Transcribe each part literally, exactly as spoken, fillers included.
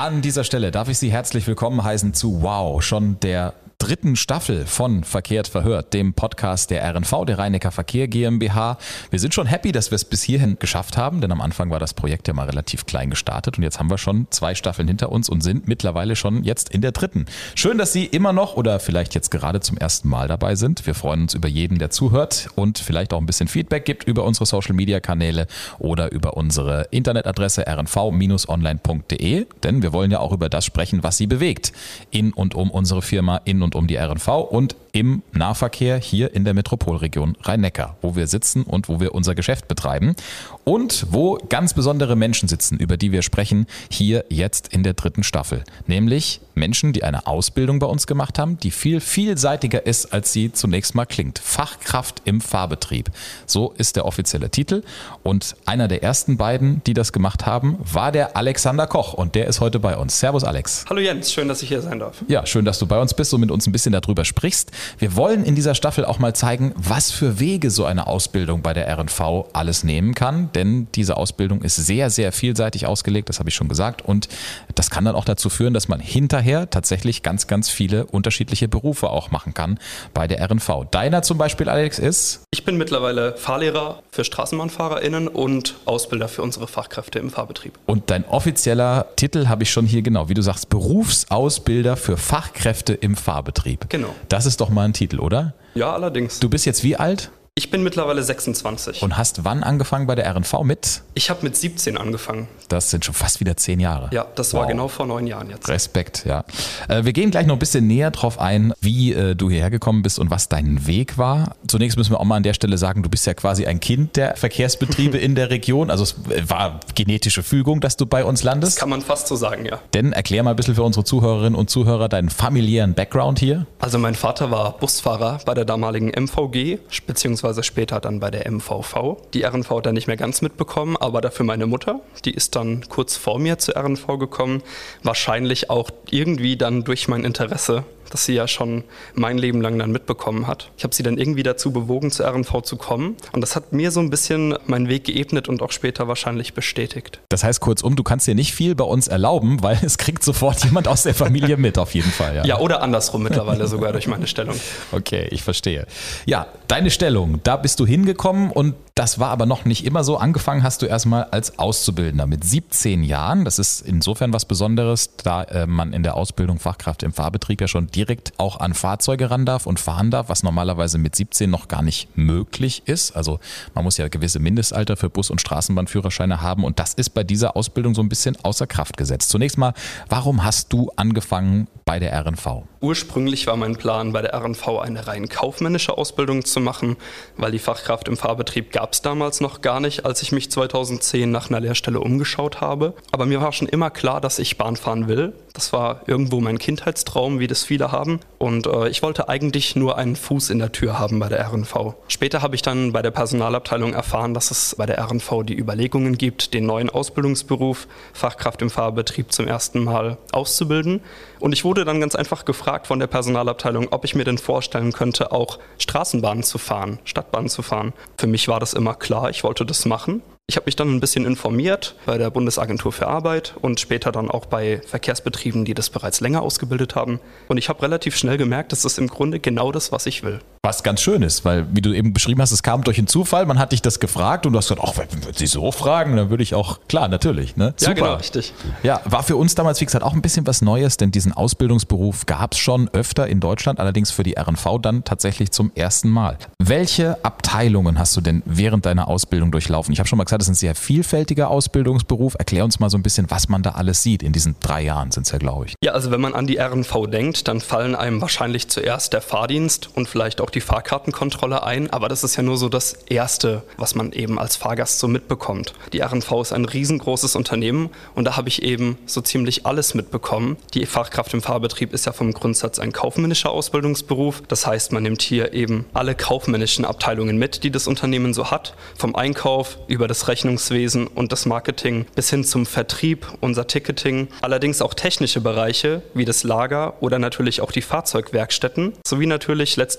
An dieser Stelle darf ich Sie herzlich willkommen heißen zu Wow, schon der dritten Staffel von Verkehrt verhört, dem Podcast der R N V, der Rhein-Neckar Verkehr GmbH. Wir sind schon happy, dass wir es bis hierhin geschafft haben, denn am Anfang war das Projekt ja mal relativ klein gestartet und jetzt haben wir schon zwei Staffeln hinter uns und sind mittlerweile schon jetzt in der dritten. Schön, dass Sie immer noch oder vielleicht jetzt gerade zum ersten Mal dabei sind. Wir freuen uns über jeden, der zuhört und vielleicht auch ein bisschen Feedback gibt über unsere Social-Media-Kanäle oder über unsere Internetadresse r n v Bindestrich online punkt d e, denn wir wollen ja auch über das sprechen, was Sie bewegt in und um unsere Firma, in und um die R N V und im Nahverkehr hier in der Metropolregion Rhein-Neckar, wo wir sitzen und wo wir unser Geschäft betreiben und wo ganz besondere Menschen sitzen, über die wir sprechen, hier jetzt in der dritten Staffel. Nämlich Menschen, die eine Ausbildung bei uns gemacht haben, die viel vielseitiger ist, als sie zunächst mal klingt. Fachkraft im Fahrbetrieb. So ist der offizielle Titel. Und einer der ersten beiden, die das gemacht haben, war der Alexander Koch und der ist heute bei uns. Servus Alex. Hallo Jens, schön, dass ich hier sein darf. Ja, schön, dass du bei uns bist und mit uns ein bisschen darüber sprichst. Wir wollen in dieser Staffel auch mal zeigen, was für Wege so eine Ausbildung bei der R N V alles nehmen kann, denn diese Ausbildung ist sehr, sehr vielseitig ausgelegt, das habe ich schon gesagt und das kann dann auch dazu führen, dass man hinterher tatsächlich ganz, ganz viele unterschiedliche Berufe auch machen kann bei der R N V. Deiner zum Beispiel, Alex, ist? Ich bin mittlerweile Fahrlehrer für StraßenbahnfahrerInnen und Ausbilder für unsere Fachkräfte im Fahrbetrieb. Und dein offizieller Titel habe ich schon hier genau, wie du sagst, Berufsausbilder für Fachkräfte im Fahrbetrieb. Genau. Das ist doch mal ein Titel, oder? Ja, allerdings. Du bist jetzt wie alt? Ich bin mittlerweile sechsundzwanzig. Und hast wann angefangen bei der R N V mit? Ich habe mit siebzehn angefangen. Das sind schon fast wieder zehn Jahre. Ja, das wow. war genau vor neun Jahren jetzt. Respekt, ja. Äh, wir gehen gleich noch ein bisschen näher drauf ein, wie äh, du hierher gekommen bist und was dein Weg war. Zunächst müssen wir auch mal an der Stelle sagen, du bist ja quasi ein Kind der Verkehrsbetriebe in der Region. Also es war genetische Fügung, dass du bei uns landest. Das kann man fast so sagen, ja. Denn erklär mal ein bisschen für unsere Zuhörerinnen und Zuhörer deinen familiären Background hier. Also mein Vater war Busfahrer bei der damaligen M V G, beziehungsweise später dann bei der M V V. Die R N V hat er nicht mehr ganz mitbekommen, aber dafür meine Mutter. Die ist dann kurz vor mir zur R N V gekommen. Wahrscheinlich auch irgendwie dann durch mein Interesse, das sie ja schon mein Leben lang dann mitbekommen hat. Ich habe sie dann irgendwie dazu bewogen, zur R N V zu kommen. Und das hat mir so ein bisschen meinen Weg geebnet und auch später wahrscheinlich bestätigt. Das heißt kurzum, du kannst dir nicht viel bei uns erlauben, weil es kriegt sofort jemand aus der Familie mit, auf jeden Fall. Ja, ja oder andersrum mittlerweile sogar durch meine Stellung. Okay, ich verstehe. Ja, deine Stellung, da bist du hingekommen und das war aber noch nicht immer so. Angefangen hast du erstmal als Auszubildender mit siebzehn Jahren. Das ist insofern was Besonderes, da äh, man in der Ausbildung Fachkraft im Fahrbetrieb ja schon direkt auch an Fahrzeuge ran darf und fahren darf, was normalerweise mit siebzehn noch gar nicht möglich ist. Also man muss ja gewisse Mindestalter für Bus- und Straßenbahnführerscheine haben und das ist bei dieser Ausbildung so ein bisschen außer Kraft gesetzt. Zunächst mal, warum hast du angefangen bei der R N V? Ursprünglich war mein Plan, bei der R N V eine rein kaufmännische Ausbildung zu machen, weil die Fachkraft im Fahrbetrieb gab es damals noch gar nicht, als ich mich zweitausendzehn nach einer Lehrstelle umgeschaut habe. Aber mir war schon immer klar, dass ich Bahn fahren will. Das war irgendwo mein Kindheitstraum, wie das viele haben. Und äh, ich wollte eigentlich nur einen Fuß in der Tür haben bei der R N V. Später habe ich dann bei der Personalabteilung erfahren, dass es bei der R N V die Überlegungen gibt, den neuen Ausbildungsberuf Fachkraft im Fahrbetrieb zum ersten Mal auszubilden. Und ich wurde dann ganz einfach gefragt von der Personalabteilung, ob ich mir denn vorstellen könnte, auch Straßenbahnen zu fahren, Stadtbahnen zu fahren. Für mich war das immer klar, ich wollte das machen. Ich habe mich dann ein bisschen informiert bei der Bundesagentur für Arbeit und später dann auch bei Verkehrsbetrieben, die das bereits länger ausgebildet haben. Und ich habe relativ schnell gemerkt, das ist im Grunde genau das, was ich will. Was ganz schön ist, weil wie du eben beschrieben hast, es kam durch einen Zufall, man hat dich das gefragt und du hast gesagt, ach, wenn Sie so fragen, dann würde ich auch, klar, natürlich. Ne? Super. Ja, genau, richtig. Ja, war für uns damals, wie gesagt, auch ein bisschen was Neues, denn diesen Ausbildungsberuf gab es schon öfter in Deutschland, allerdings für die R N V dann tatsächlich zum ersten Mal. Welche Abteilungen hast du denn während deiner Ausbildung durchlaufen? Ich habe schon mal gesagt, das ist ein sehr vielfältiger Ausbildungsberuf. Erklär uns mal so ein bisschen, was man da alles sieht. In diesen drei Jahren sind es ja, glaube ich. Ja, also wenn man an die R N V denkt, dann fallen einem wahrscheinlich zuerst der Fahrdienst und vielleicht auch die Fahrkartenkontrolle ein. Aber das ist ja nur so das Erste, was man eben als Fahrgast so mitbekommt. Die R N V ist ein riesengroßes Unternehmen und da habe ich eben so ziemlich alles mitbekommen. Die Fachkraft im Fahrbetrieb ist ja vom Grundsatz ein kaufmännischer Ausbildungsberuf. Das heißt, man nimmt hier eben alle kaufmännischen Abteilungen mit, die das Unternehmen so hat. Vom Einkauf über das Rechnungswesen und das Marketing bis hin zum Vertrieb, unser Ticketing. Allerdings auch technische Bereiche wie das Lager oder natürlich auch die Fahrzeugwerkstätten sowie natürlich letztendlich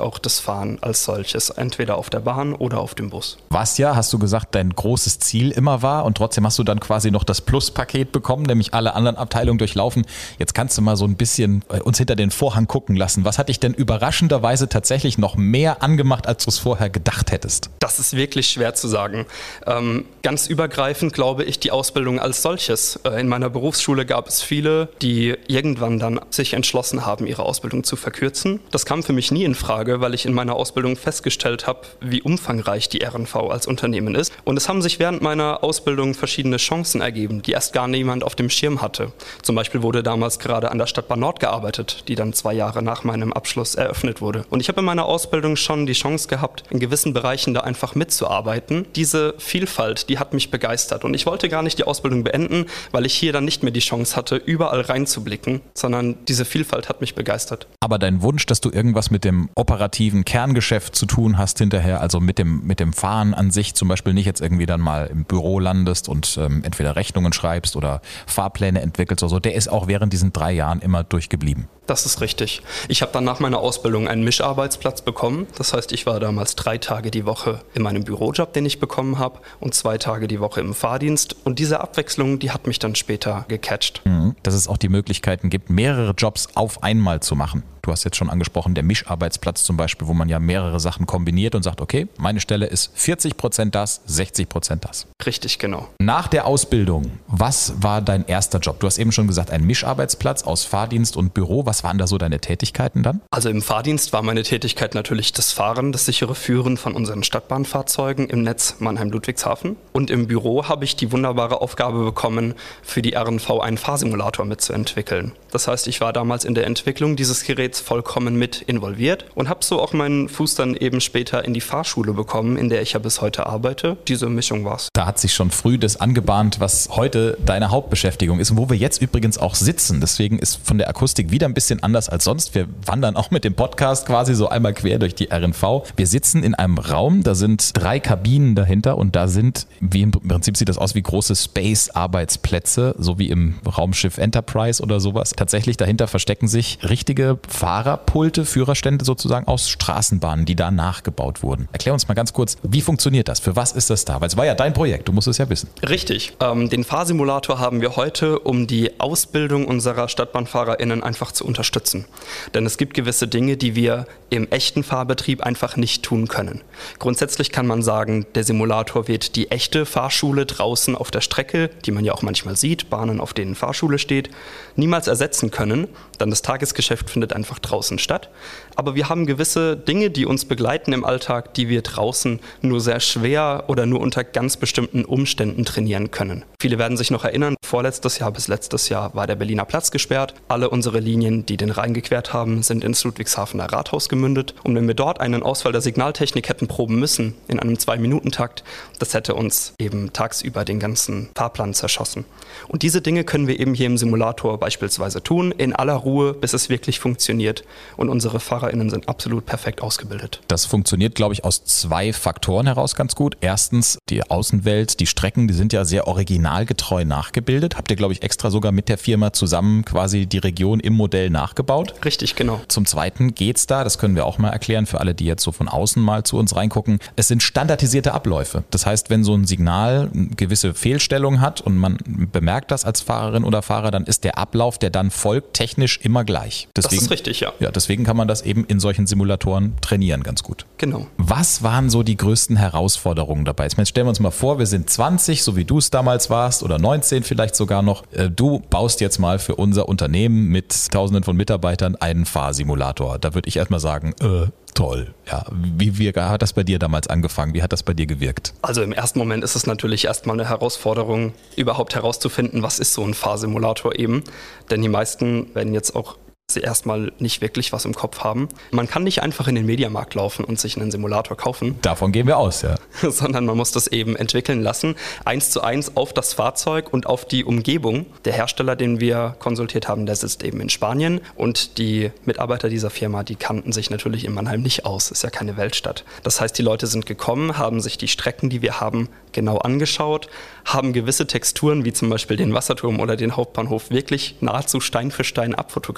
auch das Fahren als solches, entweder auf der Bahn oder auf dem Bus. Was ja, hast du gesagt, dein großes Ziel immer war und trotzdem hast du dann quasi noch das Plus-Paket bekommen, nämlich alle anderen Abteilungen durchlaufen. Jetzt kannst du mal so ein bisschen uns hinter den Vorhang gucken lassen. Was hat dich denn überraschenderweise tatsächlich noch mehr angemacht, als du es vorher gedacht hättest? Das ist wirklich schwer zu sagen. Ähm, ganz übergreifend glaube ich die Ausbildung als solches. Äh, in meiner Berufsschule gab es viele, die irgendwann dann sich entschlossen haben, ihre Ausbildung zu verkürzen. Das kam für mich nie in Frage, weil ich in meiner Ausbildung festgestellt habe, wie umfangreich die R N V als Unternehmen ist. Und es haben sich während meiner Ausbildung verschiedene Chancen ergeben, die erst gar niemand auf dem Schirm hatte. Zum Beispiel wurde damals gerade an der Stadtbahn Nord gearbeitet, die dann zwei Jahre nach meinem Abschluss eröffnet wurde. Und ich habe in meiner Ausbildung schon die Chance gehabt, in gewissen Bereichen da einfach mitzuarbeiten. Diese Vielfalt, die hat mich begeistert. Und ich wollte gar nicht die Ausbildung beenden, weil ich hier dann nicht mehr die Chance hatte, überall reinzublicken, sondern diese Vielfalt hat mich begeistert. Aber dein Wunsch, dass du irgendwas mit dem operativen Kerngeschäft zu tun hast hinterher, also mit dem, mit dem Fahren an sich, zum Beispiel nicht jetzt irgendwie dann mal im Büro landest und ähm, entweder Rechnungen schreibst oder Fahrpläne entwickelst oder so, der ist auch während diesen drei Jahren immer durchgeblieben. Das ist richtig. Ich habe dann nach meiner Ausbildung einen Mischarbeitsplatz bekommen. Das heißt, ich war damals drei Tage die Woche in meinem Bürojob, den ich bekommen habe, und zwei Tage die Woche im Fahrdienst. Und diese Abwechslung, die hat mich dann später gecatcht. Mhm. Dass es auch die Möglichkeiten gibt, mehrere Jobs auf einmal zu machen. Du hast jetzt schon angesprochen, der Mischarbeitsplatz zum Beispiel, wo man ja mehrere Sachen kombiniert und sagt, okay, meine Stelle ist vierzig Prozent das, sechzig Prozent das. Richtig, genau. Nach der Ausbildung, was war dein erster Job? Du hast eben schon gesagt, ein Mischarbeitsplatz aus Fahrdienst und Büro. Was waren da so deine Tätigkeiten dann? Also im Fahrdienst war meine Tätigkeit natürlich das Fahren, das sichere Führen von unseren Stadtbahnfahrzeugen im Netz Mannheim-Ludwigshafen. Und im Büro habe ich die wunderbare Aufgabe bekommen, für die R N V einen Fahrsimulator mitzuentwickeln. Das heißt, ich war damals in der Entwicklung dieses Geräts vollkommen mit involviert und habe so auch meinen Fuß dann eben später in die Fahrschule bekommen, in der ich ja bis heute arbeite. Diese Mischung war's. Da hat sich schon früh das angebahnt, was heute deine Hauptbeschäftigung ist und wo wir jetzt übrigens auch sitzen. Deswegen ist von der Akustik wieder ein bisschen anders als sonst. Wir wandern auch mit dem Podcast quasi so einmal quer durch die R N V. Wir sitzen in einem Raum, da sind drei Kabinen dahinter und da sind, wie im Prinzip sieht das aus wie große Space-Arbeitsplätze, so wie im Raumschiff Enterprise oder sowas. Tatsächlich dahinter verstecken sich richtige Fahrerpulte, Führerstände sozusagen aus Straßenbahnen, die da nachgebaut wurden. Erklär uns mal ganz kurz, wie funktioniert das? Für was ist das da? Weil es war ja dein Projekt, du musst es ja wissen. Richtig. Ähm, den Fahrsimulator haben wir heute, um die Ausbildung unserer StadtbahnfahrerInnen einfach zu unterstützen. Denn es gibt gewisse Dinge, die wir im echten Fahrbetrieb einfach nicht tun können. Grundsätzlich kann man sagen, der Simulator wird die echte Fahrschule draußen auf der Strecke, die man ja auch manchmal sieht, Bahnen, auf denen Fahrschule steht, niemals ersetzen können, denn das Tagesgeschäft findet einfach draußen statt. Aber wir haben gewisse Dinge, die uns begleiten im Alltag, die wir draußen nur sehr schwer oder nur unter ganz bestimmten Umständen trainieren können. Viele werden sich noch erinnern, vorletztes Jahr bis letztes Jahr war der Berliner Platz gesperrt. Alle unsere Linien, die den Rhein gequert haben, sind ins Ludwigshafener Rathaus gemündet. Und wenn wir dort einen Ausfall der Signaltechnik hätten proben müssen, in einem Zwei-Minuten-Takt, das hätte uns eben tagsüber den ganzen Fahrplan zerschossen. Und diese Dinge können wir eben hier im Simulator beispielsweise tun, in aller Ruhe, bis es wirklich funktioniert. Und unsere FahrerInnen sind absolut perfekt ausgebildet. Das funktioniert, glaube ich, aus zwei Faktoren heraus ganz gut. Erstens, die Außenwelt, die Strecken, die sind ja sehr originalgetreu nachgebildet. Habt ihr, glaube ich, extra sogar mit der Firma zusammen quasi die Region im Modell nachgebaut? Richtig, genau. Zum Zweiten geht's da, das können wir auch mal erklären für alle, die jetzt so von außen mal zu uns reingucken. Es sind standardisierte Abläufe. Das heißt, wenn so ein Signal eine gewisse Fehlstellung hat und man bemerkt das als Fahrerin oder Fahrer, dann ist der Ablauf, der dann folgt, technisch immer gleich. Deswegen, das ist richtig, ja. Ja, deswegen kann man das eben in solchen Simulatoren trainieren ganz gut. Genau. Was waren so die größten Herausforderungen dabei? Jetzt stellen wir uns mal vor, wir sind zwanzig, so wie du es damals warst, oder neunzehn vielleicht sogar noch. Du baust jetzt mal für unser Unternehmen mit Tausenden von Mitarbeitern einen Fahrsimulator. Da würde ich erstmal sagen, äh, toll. Ja, wie, wie hat das bei dir damals angefangen? Wie hat das bei dir gewirkt? Also im ersten Moment ist es natürlich erstmal eine Herausforderung, überhaupt herauszufinden, was ist so ein Fahrsimulator eben. Denn die meisten werden jetzt auch sie erstmal nicht wirklich was im Kopf haben. Man kann nicht einfach in den Mediamarkt laufen und sich einen Simulator kaufen. Davon gehen wir aus, ja. Sondern man muss das eben entwickeln lassen, eins zu eins auf das Fahrzeug und auf die Umgebung. Der Hersteller, den wir konsultiert haben, der sitzt eben in Spanien und die Mitarbeiter dieser Firma, die kannten sich natürlich in Mannheim nicht aus. Ist ja keine Weltstadt. Das heißt, die Leute sind gekommen, haben sich die Strecken, die wir haben, genau angeschaut, haben gewisse Texturen, wie zum Beispiel den Wasserturm oder den Hauptbahnhof, wirklich nahezu Stein für Stein abfotografiert.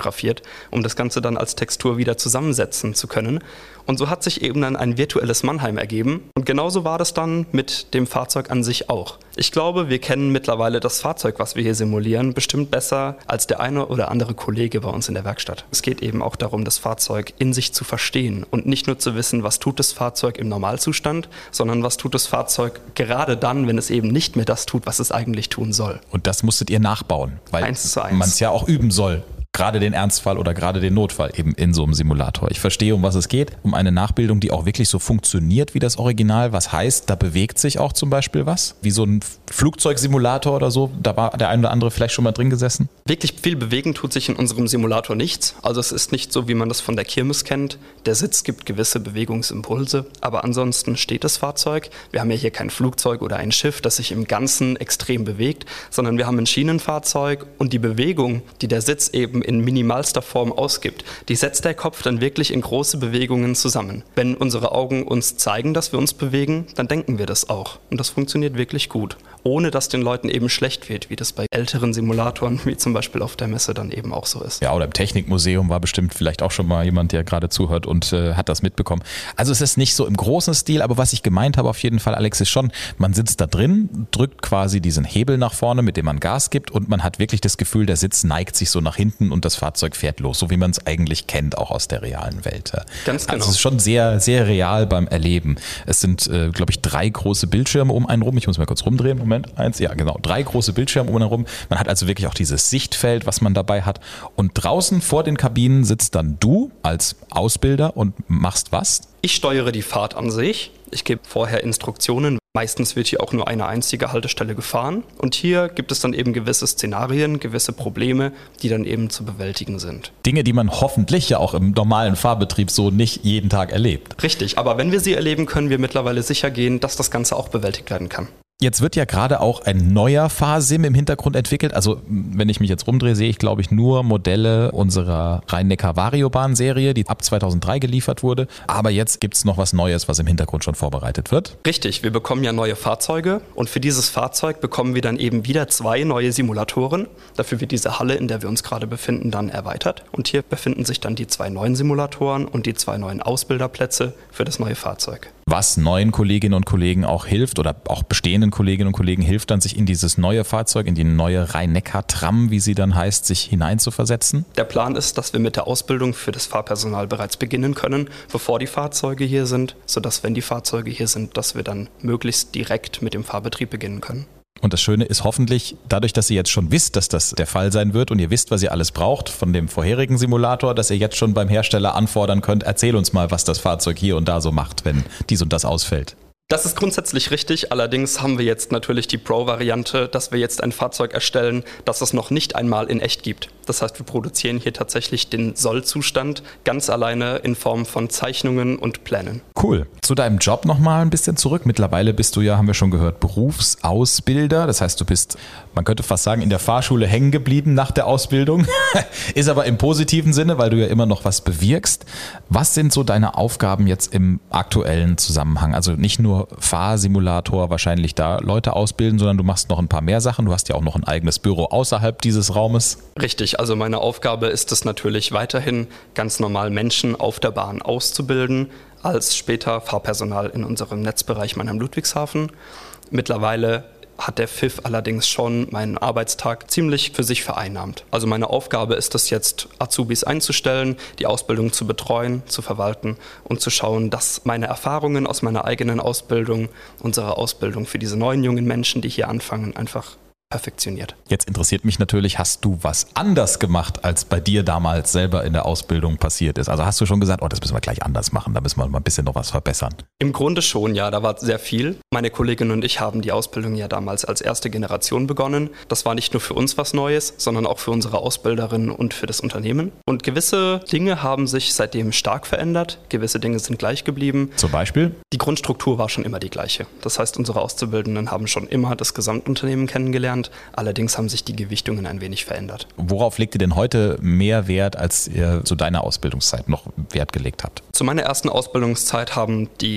um das Ganze dann als Textur wieder zusammensetzen zu können. Und so hat sich eben dann ein virtuelles Mannheim ergeben. Und genauso war das dann mit dem Fahrzeug an sich auch. Ich glaube, wir kennen mittlerweile das Fahrzeug, was wir hier simulieren, bestimmt besser als der eine oder andere Kollege bei uns in der Werkstatt. Es geht eben auch darum, das Fahrzeug in sich zu verstehen und nicht nur zu wissen, was tut das Fahrzeug im Normalzustand, sondern was tut das Fahrzeug gerade dann, wenn es eben nicht mehr das tut, was es eigentlich tun soll. Und das musstet ihr nachbauen, weil eins zu eins. Man es ja auch üben soll. Gerade den Ernstfall oder gerade den Notfall eben in so einem Simulator. Ich verstehe, um was es geht. Um eine Nachbildung, die auch wirklich so funktioniert wie das Original. Was heißt, da bewegt sich auch zum Beispiel was? Wie so ein Flugzeugsimulator oder so. Da war der ein oder andere vielleicht schon mal drin gesessen. Wirklich viel bewegen tut sich in unserem Simulator nichts. Also es ist nicht so, wie man das von der Kirmes kennt. Der Sitz gibt gewisse Bewegungsimpulse. Aber ansonsten steht das Fahrzeug. Wir haben ja hier kein Flugzeug oder ein Schiff, das sich im Ganzen extrem bewegt, sondern wir haben ein Schienenfahrzeug und die Bewegung, die der Sitz eben in minimalster Form ausgibt, die setzt der Kopf dann wirklich in große Bewegungen zusammen. Wenn unsere Augen uns zeigen, dass wir uns bewegen, dann denken wir das auch. Und das funktioniert wirklich gut. Ohne dass den Leuten eben schlecht wird, wie das bei älteren Simulatoren, wie zum Beispiel auf der Messe, dann eben auch so ist. Ja, oder im Technikmuseum war bestimmt vielleicht auch schon mal jemand, der gerade zuhört und äh, hat das mitbekommen. Also es ist nicht so im großen Stil, aber was ich gemeint habe auf jeden Fall, Alex, ist schon, man sitzt da drin, drückt quasi diesen Hebel nach vorne, mit dem man Gas gibt und man hat wirklich das Gefühl, der Sitz neigt sich so nach hinten und das Fahrzeug fährt los, so wie man es eigentlich kennt, auch aus der realen Welt. Ganz genau. Also es ist schon sehr, sehr real beim Erleben. Es sind, äh, glaube ich, drei große Bildschirme um einen rum. Ich muss mal kurz rumdrehen. Moment. Eins, ja genau, drei große Bildschirme um einen rum. Man hat also wirklich auch dieses Sichtfeld, was man dabei hat. Und draußen vor den Kabinen sitzt dann du als Ausbilder und machst was? Ich steuere die Fahrt an sich. Ich gebe vorher Instruktionen. Meistens wird hier auch nur eine einzige Haltestelle gefahren. Und hier gibt es dann eben gewisse Szenarien, gewisse Probleme, die dann eben zu bewältigen sind. Dinge, die man hoffentlich ja auch im normalen Fahrbetrieb so nicht jeden Tag erlebt. Richtig, aber wenn wir sie erleben, können wir mittlerweile sicher gehen, dass das Ganze auch bewältigt werden kann. Jetzt wird ja gerade auch ein neuer Fahrsim im Hintergrund entwickelt. Also wenn ich mich jetzt rumdrehe, sehe ich glaube ich nur Modelle unserer Rhein-Neckar-Variobahn-Serie, die ab zweitausenddrei geliefert wurde. Aber jetzt gibt es noch was Neues, was im Hintergrund schon vorbereitet wird. Richtig, wir bekommen ja neue Fahrzeuge und für dieses Fahrzeug bekommen wir dann eben wieder zwei neue Simulatoren. Dafür wird diese Halle, in der wir uns gerade befinden, dann erweitert. Und hier befinden sich dann die zwei neuen Simulatoren und die zwei neuen Ausbilderplätze für das neue Fahrzeug. Was neuen Kolleginnen und Kollegen auch hilft oder auch bestehenden Kolleginnen und Kollegen hilft dann, sich in dieses neue Fahrzeug, in die neue Rhein-Neckar-Tram, wie sie dann heißt, sich hineinzuversetzen? Der Plan ist, dass wir mit der Ausbildung für das Fahrpersonal bereits beginnen können, bevor die Fahrzeuge hier sind, sodass, wenn die Fahrzeuge hier sind, dass wir dann möglichst direkt mit dem Fahrbetrieb beginnen können. Und das Schöne ist hoffentlich, dadurch, dass ihr jetzt schon wisst, dass das der Fall sein wird und ihr wisst, was ihr alles braucht von dem vorherigen Simulator, dass ihr jetzt schon beim Hersteller anfordern könnt, erzähl uns mal, was das Fahrzeug hier und da so macht, wenn dies und das ausfällt. Das ist grundsätzlich richtig, allerdings haben wir jetzt natürlich die Pro-Variante, dass wir jetzt ein Fahrzeug erstellen, das es noch nicht einmal in echt gibt. Das heißt, wir produzieren hier tatsächlich den Soll-Zustand ganz alleine in Form von Zeichnungen und Plänen. Cool. Zu deinem Job nochmal ein bisschen zurück. Mittlerweile bist du ja, haben wir schon gehört, Berufsausbilder. Das heißt, du bist, man könnte fast sagen, in der Fahrschule hängen geblieben nach der Ausbildung. Ist aber im positiven Sinne, weil du ja immer noch was bewirkst. Was sind so deine Aufgaben jetzt im aktuellen Zusammenhang? Also nicht nur Fahrsimulator wahrscheinlich da Leute ausbilden, sondern du machst noch ein paar mehr Sachen. Du hast ja auch noch ein eigenes Büro außerhalb dieses Raumes. Richtig, also meine Aufgabe ist es natürlich weiterhin, ganz normal Menschen auf der Bahn auszubilden, als später Fahrpersonal in unserem Netzbereich Mannheim-Ludwigshafen. Mittlerweile hat der F I F allerdings schon meinen Arbeitstag ziemlich für sich vereinnahmt. Also meine Aufgabe ist es jetzt, Azubis einzustellen, die Ausbildung zu betreuen, zu verwalten und zu schauen, dass meine Erfahrungen aus meiner eigenen Ausbildung, unsere Ausbildung für diese neuen jungen Menschen, die hier anfangen, einfach perfektioniert. Jetzt interessiert mich natürlich, hast du was anders gemacht, als bei dir damals selber in der Ausbildung passiert ist? Also hast du schon gesagt, oh, das müssen wir gleich anders machen, da müssen wir mal ein bisschen noch was verbessern? Im Grunde schon, ja, da war sehr viel. Meine Kollegin und ich haben die Ausbildung ja damals als erste Generation begonnen. Das war nicht nur für uns was Neues, sondern auch für unsere Ausbilderinnen und für das Unternehmen. Und gewisse Dinge haben sich seitdem stark verändert, gewisse Dinge sind gleich geblieben. Zum Beispiel? Die Grundstruktur war schon immer die gleiche. Das heißt, unsere Auszubildenden haben schon immer das Gesamtunternehmen kennengelernt. Allerdings haben sich die Gewichtungen ein wenig verändert. Worauf legt ihr denn heute mehr Wert, als ihr zu deiner Ausbildungszeit noch Wert gelegt habt? Zu meiner ersten Ausbildungszeit haben die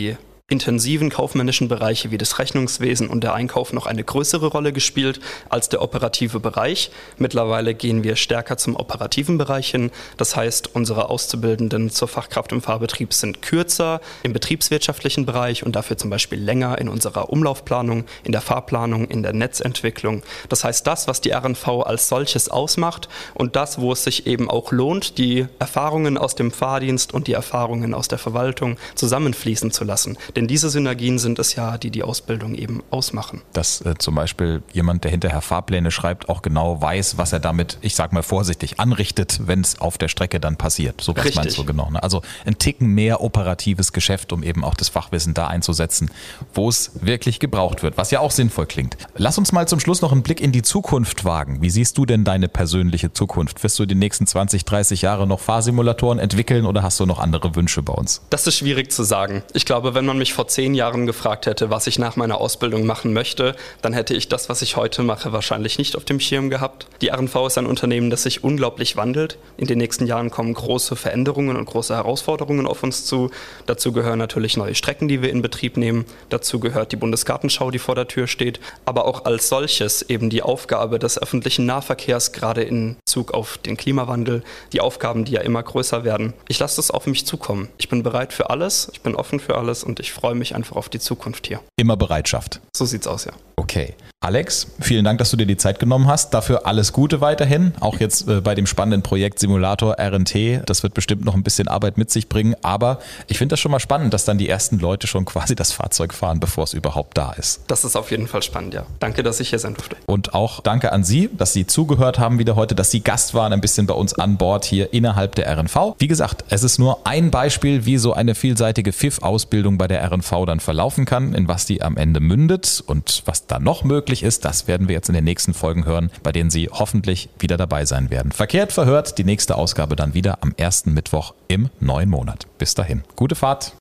intensiven kaufmännischen Bereiche wie das Rechnungswesen und der Einkauf noch eine größere Rolle gespielt als der operative Bereich. Mittlerweile gehen wir stärker zum operativen Bereich hin. Das heißt, unsere Auszubildenden zur Fachkraft im Fahrbetrieb sind kürzer im betriebswirtschaftlichen Bereich und dafür zum Beispiel länger in unserer Umlaufplanung, in der Fahrplanung, in der Netzentwicklung. Das heißt, das, was die R N V als solches ausmacht und das, wo es sich eben auch lohnt, die Erfahrungen aus dem Fahrdienst und die Erfahrungen aus der Verwaltung zusammenfließen zu lassen. Denn diese Synergien sind es ja, die die Ausbildung eben ausmachen. Dass äh, zum Beispiel jemand, der hinterher Fahrpläne schreibt, auch genau weiß, was er damit, ich sag mal vorsichtig, anrichtet, wenn es auf der Strecke dann passiert. So was meinst du genau. Ne? Also ein Ticken mehr operatives Geschäft, um eben auch das Fachwissen da einzusetzen, wo es wirklich gebraucht wird, was ja auch sinnvoll klingt. Lass uns mal zum Schluss noch einen Blick in die Zukunft wagen. Wie siehst du denn deine persönliche Zukunft? Wirst du die nächsten zwanzig, dreißig Jahre noch Fahrsimulatoren entwickeln oder hast du noch andere Wünsche bei uns? Das ist schwierig zu sagen. Ich glaube, wenn man mich vor zehn Jahren gefragt hätte, was ich nach meiner Ausbildung machen möchte, dann hätte ich das, was ich heute mache, wahrscheinlich nicht auf dem Schirm gehabt. Die R N V ist ein Unternehmen, das sich unglaublich wandelt. In den nächsten Jahren kommen große Veränderungen und große Herausforderungen auf uns zu. Dazu gehören natürlich neue Strecken, die wir in Betrieb nehmen. Dazu gehört die Bundesgartenschau, die vor der Tür steht. Aber auch als solches eben die Aufgabe des öffentlichen Nahverkehrs, gerade in Bezug auf den Klimawandel, die Aufgaben, die ja immer größer werden. Ich lasse das auf mich zukommen. Ich bin bereit für alles, ich bin offen für alles und ich freue mich einfach auf die Zukunft hier. Immer Bereitschaft. So sieht's aus, ja. Okay. Alex, vielen Dank, dass du dir die Zeit genommen hast. Dafür alles Gute weiterhin. Auch jetzt äh, bei dem spannenden Projekt Simulator R N T. Das wird bestimmt noch ein bisschen Arbeit mit sich bringen. Aber ich finde das schon mal spannend, dass dann die ersten Leute schon quasi das Fahrzeug fahren, bevor es überhaupt da ist. Das ist auf jeden Fall spannend, ja. Danke, dass ich hier sein durfte. Und auch danke an Sie, dass Sie zugehört haben wieder heute, dass Sie Gast waren, ein bisschen bei uns an Bord hier innerhalb der R N V. Wie gesagt, es ist nur ein Beispiel, wie so eine vielseitige F I F-Ausbildung bei der R N V dann verlaufen kann, in was die am Ende mündet und was da noch möglich ist, das werden wir jetzt in den nächsten Folgen hören, bei denen Sie hoffentlich wieder dabei sein werden. Verkehrt verhört, die nächste Ausgabe dann wieder am ersten Mittwoch im neuen Monat. Bis dahin, gute Fahrt.